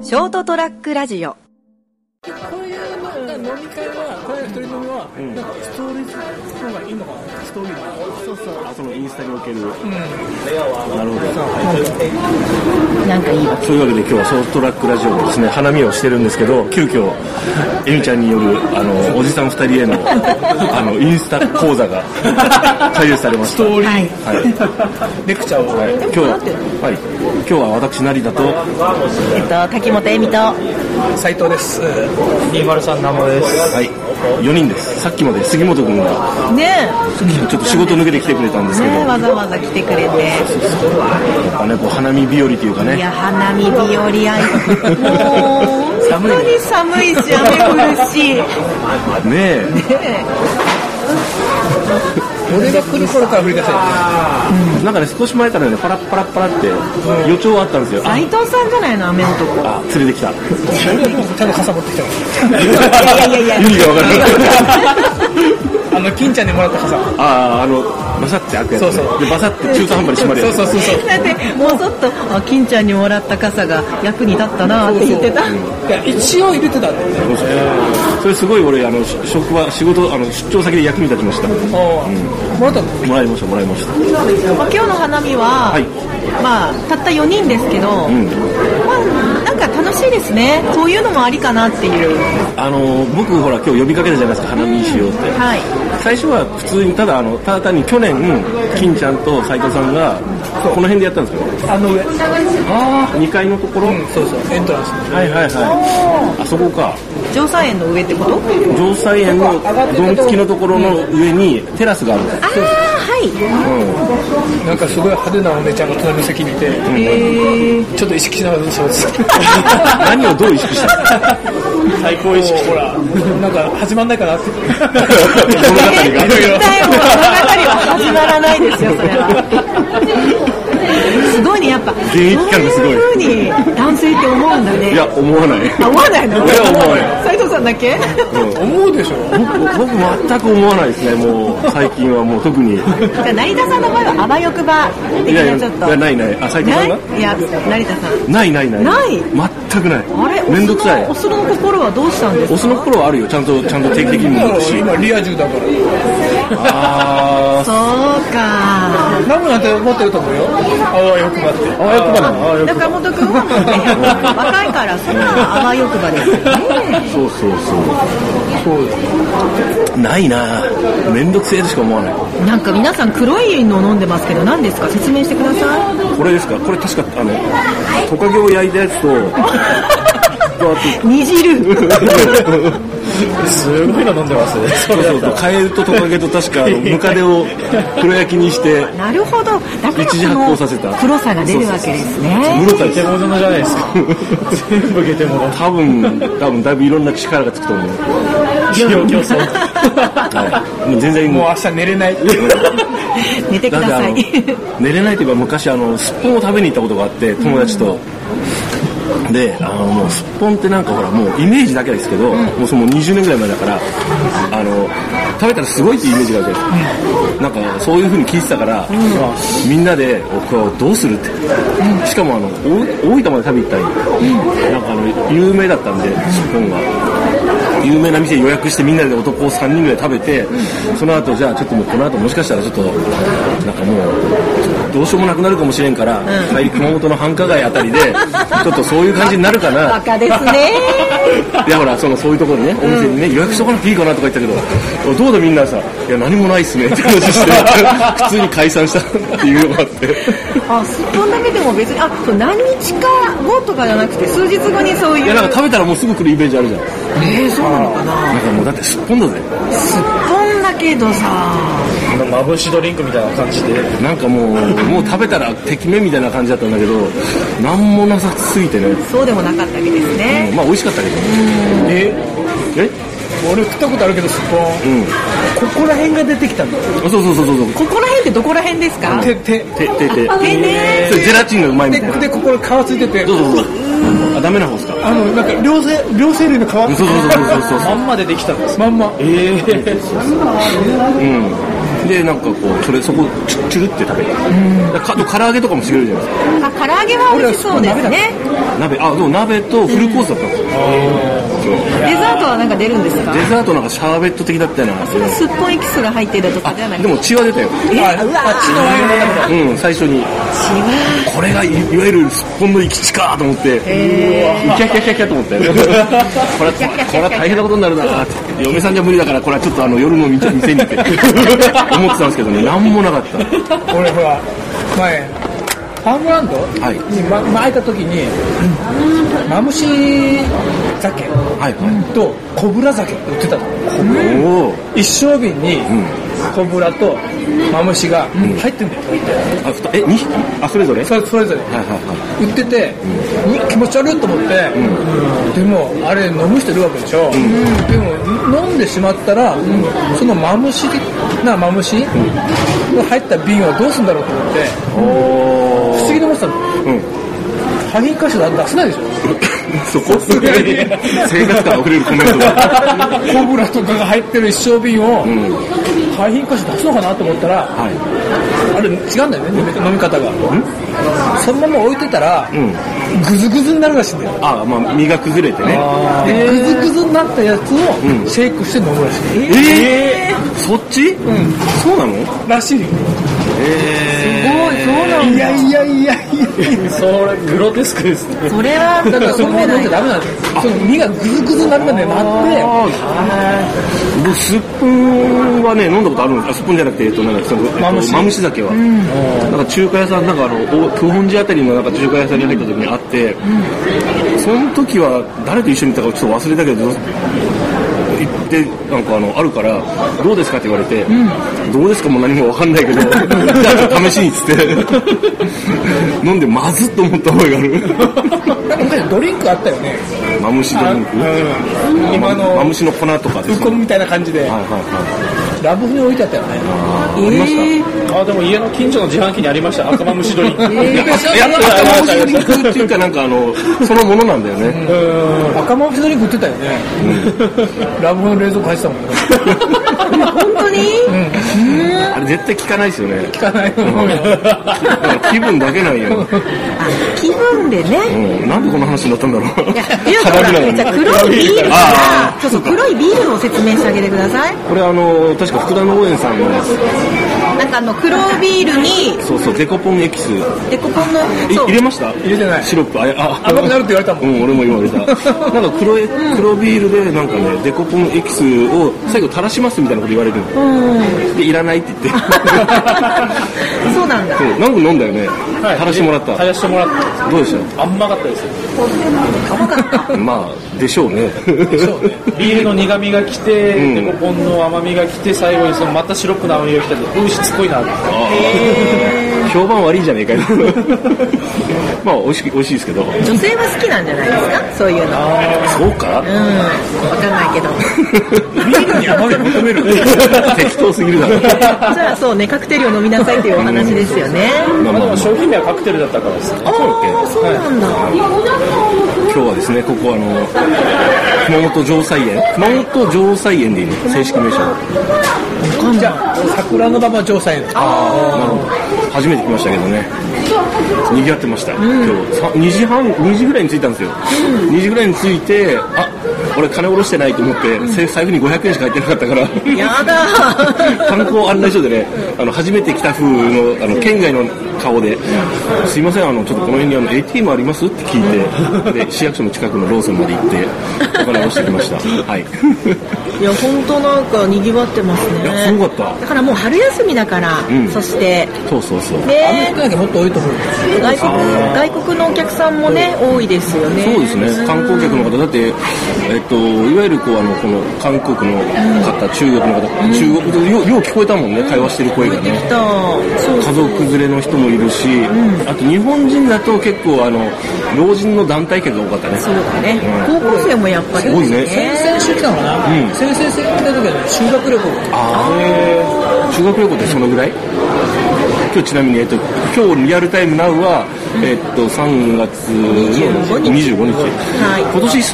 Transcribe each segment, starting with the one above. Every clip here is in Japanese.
ショートトラックラジオ。 こういう飲み会は、こういう一人飲みは、なんかストーリーズの方がいいのかな。ストーリーのそうそう。 そのインスタにおける。 なるほど。 なんかいいわ。 そういうわけで今日はショートトラックラジオでですね、花見をしてるんですけど、急遽エミちゃんによるおじさん2人へのインスタ講座が開設されました。 ストーリー、 はい、 レクチャーを、 はい、今日は私成田と滝本恵美と斉藤です。203ナモです。 はい、4人です。さっきまで杉本君がねちょっと仕事抜けて来てくれたんですけど、 わざわざ来てくれて、やっぱね、こう花見日和というかね。 いや、花見日和もう本当に寒いし雨降るしねえ俺が来る頃から降り出せる、 なんかね、少し前からね、パラッパラッパラって予兆はあったんですよ。 斉藤さんじゃないの、雨男。 あ、連れてきた。 ちゃんと傘持ってきたの。 いや意味がわからない。 金ちゃんにもらった傘。 バサって開くやつ、 そうそう。 でバサって中途半端に閉まるやつ。 そうだってもうちょっと金ちゃんにもらった傘が役に立ったなって言ってた。 いや、一応入れてたんだよね。 それすごい俺職場仕事出張先で役に立ちました。 もらったの？ もらいました。 今日の花見は、 はい、 まあたった4人ですけど、まあなんか楽しいですね。そういうのもありかなっていう。 僕ほら今日呼びかけたじゃないですか、花見しようって。 はい。 最初は普通にただ単に去年金ちゃんと斉藤さんがこの辺でやったんですよ。 上。 2階のところ、 そうそう、エントランス。 はいはいはい。あそこか。 城西園の上ってこと？ 城西園のドン付きのところの上にテラスがあるんです。 はい。 なんかすごい派手なお姉ちゃんが隣の席にいて、ちょっと意識しながらそうです。 何をどう意識したの？ 最高意識。ほら、なんか始まんないかなって。 物語が。 絶対物語は始まらないですよ、それは。すごいね、やっぱ現役感がすごい。 そういう風に男性って思うんだね。 いや、思わない。 思わないの？ 俺は思わない。 斉藤さんだけ？ 思うでしょ。 僕全く思わないですね。もう最近はもう特に。 じゃあ成田さんの場合はあばよくば的なちょっと。 いやない。あ、斉藤さんが？ いや、成田さん。 ない。 ない？ 全くない。 あれ？ めんどくさい。 お酢の心はどうしたんですか？ お酢の心はあるよ。ちゃんと定期的にも持つし。 今リア充だから。 そうか。 ナムなんて持ってると思うよ。あわよくばって。 あわよくばなの？ 中本君は若いからそんなあわよくばですよね。 そうないな。めんどくせえとしか思わない。 なんか皆さん黒いの飲んでますけど、何ですか？説明してください。 これですか？これ確かトカゲを焼いたやつと煮汁。 すごいの飲んでますね。 そうカエルとトカゲと確かムカデを黒焼きにしてなるほど。だから一時発酵させた黒さが出るわけですね。 ゲテモノじゃないですか。全部ゲテモノ。 多分だいぶいろんな力がつくと思う。 企業競争。 もう全然もう明日寝れない。 寝てください。 寝れないというか、昔すっぽんを食べに行ったことがあって、友達と。で、もうすっぽんってなんかほら、もうイメージだけですけど、もう20年ぐらい前だから、食べたらすごいっていうイメージがあるじゃないですか。なんかそういう風に聞いてたから、みんなでどうするって。しかも大分まで食べに行ったり、なんか有名だったんで、すっぽんが。有名な店予約してみんなで男3人ぐらい食べて、その後じゃあちょっともうこの後もしかしたらちょっとなんかもうどうしようもなくなるかもしれんから、帰り熊本の繁華街あたりでちょっとそういう感じになるかな。 バカですね。 いやほらそういうところにね、お店にね、予約しとかなくていいかなとか言ったけど、どうだみんなさ、いや何もないっすねって話して普通に解散したっていうのがあって。 すっぽんだけでも別に何日か後とかじゃなくて数日後にそういう。 いやなんか食べたらもうすぐ来るイメージあるじゃん。 そうなのかな。 なんかもうだってすっぽんだぜ。 すっぽんだけどさ。 まぶしドリンクみたいな感じで。 なんかもう食べたらてきめんみたいな感じだったんだけど、なんもなさすぎてね。 そうでもなかったわけですね。 まあ美味しかったけど。 俺食ったことあるけどすっぽん。ここら辺が出てきたんだ。 そう。 ここら辺ってどこら辺ですか？ 手。 手ね。 それゼラチンがうまいみたいな。 でここ皮ついてて。 そう。ダメな方ですか？ なんか両生類の皮。 そう。 まんまでできたんです。まんま。 でなんかこうそこチュルって食べる、唐揚げとかもしてくれるじゃないですか。 唐揚げは美味しそうですね。 でも鍋とフルコースだったんですよ。 デザートはなんか出るんですか？ デザートなんかシャーベット的だったよな。 それはすっぽんエキスが入ってるとかじゃなくて。 でも血は出たよ。 うわ血のワイン最初にこれがいわゆるすっぽんの生き血かと思って、キャキャキャキャと思ってこれは大変なことになるなって、嫁さんじゃ無理だからこれはちょっと夜の店にって思ってたんですけどね、なんもなかった。 俺ほら前ファームランドに巻いた時にマムシ酒とコブラ酒って売ってたの。一升瓶にコブラとマムシが入ってるんだよ。 2匹？それぞれ？ それぞれ売ってて、気持ち悪いと思って、でもあれ飲む人いるわけでしょ。でも飲んでしまったら、そのマムシが入った瓶をどうするんだろうと思って不思議に思ってたの。破品箇所出せないでしょ。 そこ生活から遅れるコメントがコブラとかが入ってる一升瓶を廃品箇所出すのかなと思ったら、あれ違うんだよね、飲み方が。そのまま置いてたら、グズグズになるらしいんだよ。 身が崩れてね。 でグズグズになったやつをシェイクして飲むらしい。 そっち？そうなの？ らしい。 すごい、そうなんだ。 いやそれグロテスクですね。 それはだからそのまま飲んじゃダメなんですよ。その身がグズグズになるまで待って。 僕スッポンはね飲んだことあるんです。スッポンじゃなくてマムシ酒はなんか中華屋さんなんか九本寺あたりのなんか中華屋さんに入った時にあって、その時は誰と一緒に行ったかちょっと忘れたけど行ってなんかあるからどうですかって言われて、どうですかも何も分かんないけどじゃあ試しにっつって飲んでまずっと思った覚えがある。 ドリンクあったよね。 マムシドリンク、 今のマムシの粉とかですウコンみたいな感じで、ラブフに置いてあったよね。 ありました。 でも家の近所の自販機にありました。赤マムシドリンク。 赤マムシドリンクっていうかなんかそのものなんだよね。 赤マムシドリンク売ってたよね。ラブフの冷蔵庫入ってたもんね。 本当に？ あれ絶対効かないですよね。 効かないと思うよ。 気分だけなんよ。 気分でね。 なんでこの話になったんだろう。 いやじゃあ黒いビールからそう黒いビールを説明してあげてください。 これ確か福田農園さんのやつ。 なんか黒ビールにそうデコポンエキス。 デコポンの入れました？ 入れてない。 シロップ甘くなるって言われたもん。 俺も言われた。なんか黒ビールでなんかねデコポンエキスを最後垂らしますみたいなこと言われるの。でいらないって言って。 そうなんだ。 なんか飲んだよね。垂らしてもらった。 垂らしてもらった。 どうでした？ 甘かったですよ。 でしょうね。 ビールの苦味がきて、デコポンの甘みがきて、最後にまたシロップの甘みがきて、しつこいなって。 評判悪いじゃねえかよ。美味しいですけど。 女性は好きなんじゃないですか、そういうの。 そうか？ わかんないけど。 ビールに甘み求める。 適当すぎるだろ。 じゃあそうね、カクテルを飲みなさいというお話ですよね。 でも商品名はカクテルだったからです。 そうなんだ。 今日はですね、ここ熊本城菜園でいいね、正式名称。 じゃあ桜の馬場城菜園。 なるほど。初めて来ましたけどね、賑わってました。今日2時ぐらいに着いたんですよ。2時ぐらいに着いて、俺金下ろしてないと思って財布に500円しか入ってなかったから、 やだ観光案内所でね、初めて来た風の県外の顔で、すいません、ちょっとこの辺にATM ありますって聞いて、で市役所の近くのローソンまで行ってお金下ろしてきました。はい。 いや本当なんか賑わってますね。 いやすごかった。 だからもう春休みだから、そしてそうね、 アメリカもっと多いと思う。 外国のお客さんもね多いですよね。 そうですね。観光客の方だって、いわゆるこの韓国の方、中国の方、中国でよう聞こえたもんね、会話してる声がね。家族連れの人もいるし、あと日本人だと結構老人の団体客が多かったね。 そうだね。高校生もやっぱり多いね。 先々週来たのかな。先々週来た時はね、修学旅行。 修学旅行ってそのぐらい？今日ちなみに今日リアルタイムナウは3月の25日。今年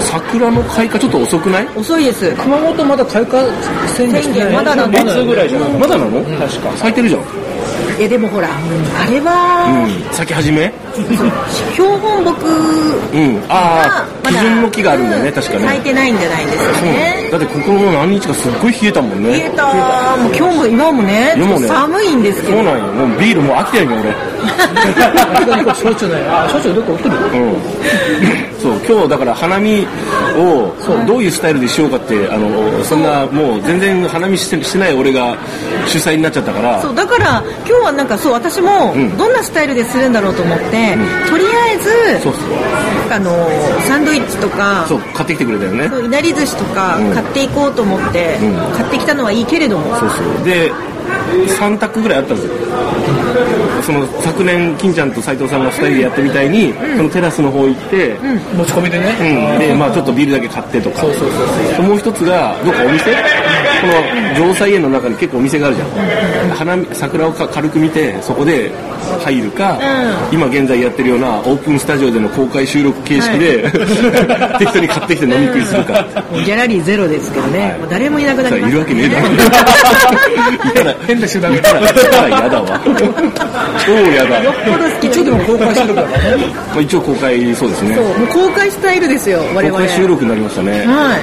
桜の開花ちょっと遅くない？ 遅いです。 熊本まだ開花宣言してない。 まだなんだ。 夏ぐらいじゃない？ まだなの？ 確か。 咲いてるじゃん。 でもほら、あれは、 咲き始め？ 標本木ああ、基準の木があるんだよね、確かね。 咲いてないんじゃないですかね。 だってここの何日かすっごい冷えたもんね。 冷えた。もう今日も今もね、寒いんですけど。 そうなんよ。もうビールもう飽きてるよ俺。 焼酎ね。焼酎どこ売ってる？ そう、今日だから花見をどういうスタイルでしようかって、そんなもう全然花見してない俺が主催になっちゃったから。 そう、だから今日はなんかそう、私もどんなスタイルでするんだろうと思って、とりあえず、サンドイッチとか、 そう、買ってきてくれたよね。 いなり寿司とか買っていこうと思って、買ってきたのはいいけれども。 そうそう。で、3択ぐらいあったんですよ。その昨年金ちゃんと斉藤さんが2人でやってみたいに、そのテラスの方行って、 持ち込みでね、 でまあちょっとビールだけ買ってとか、もう一つがどっかお店、この城西園の中に結構お店があるじゃん。桜を軽く見てそこで入るか、今現在やってるようなオープンスタジオでの公開収録形式で、適当に買ってきて飲み食いするか。 ギャラリーゼロですけどね、もう誰もいなくなりましたね。 いるわけねえだろ。いたら変な集団がいたら嫌だわ。超嫌だ。 よっぽど好き。 一応でも公開収録だからね。 一応公開、そうですね。 そう、もう公開スタイルですよ、我々。 公開収録になりましたね。 はい。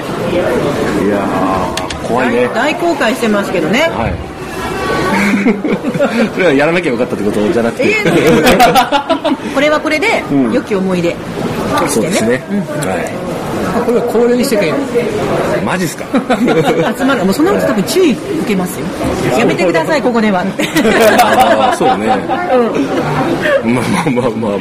いやー、怖いね。 大公開してますけどね。 はい。それはやらなきゃよかったってことじゃなくて。 これはこれで、良き思い出としてね。 そうですね。はい。 これは恒例にしてくれる。 マジっすか？ 集まる。もうそんなこと多分注意受けますよ。やめてください、ここでは。 ああ、そうね。まあ。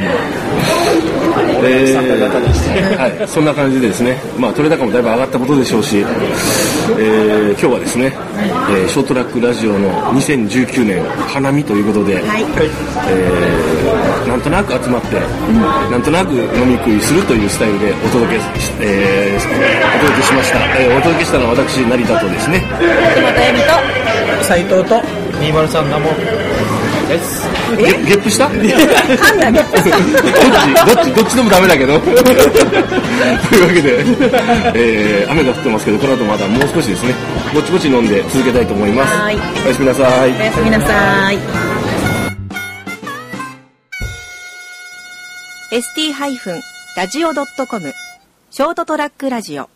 はい、そんな感じでですね、まあ取れ高もだいぶ上がったことでしょうし、今日はですね、ショートラックラジオの2019年花見ということで、 はい、 なんとなく集まって、なんとなく飲み食いするというスタイルでお届けしました。お届けしたのは私成田とですね、 松本恵美と斉藤と 203ナモです。 ゲップした？ 噛んだ、ゲップしたどっちでもダメだけど。というわけで、雨が降ってますけど、この後まだもう少しですね、ぼちぼち飲んで続けたいと思います。 はい。 おやすみなさい。 おやすみなさい。 ST-radio.com ショートトラックラジオ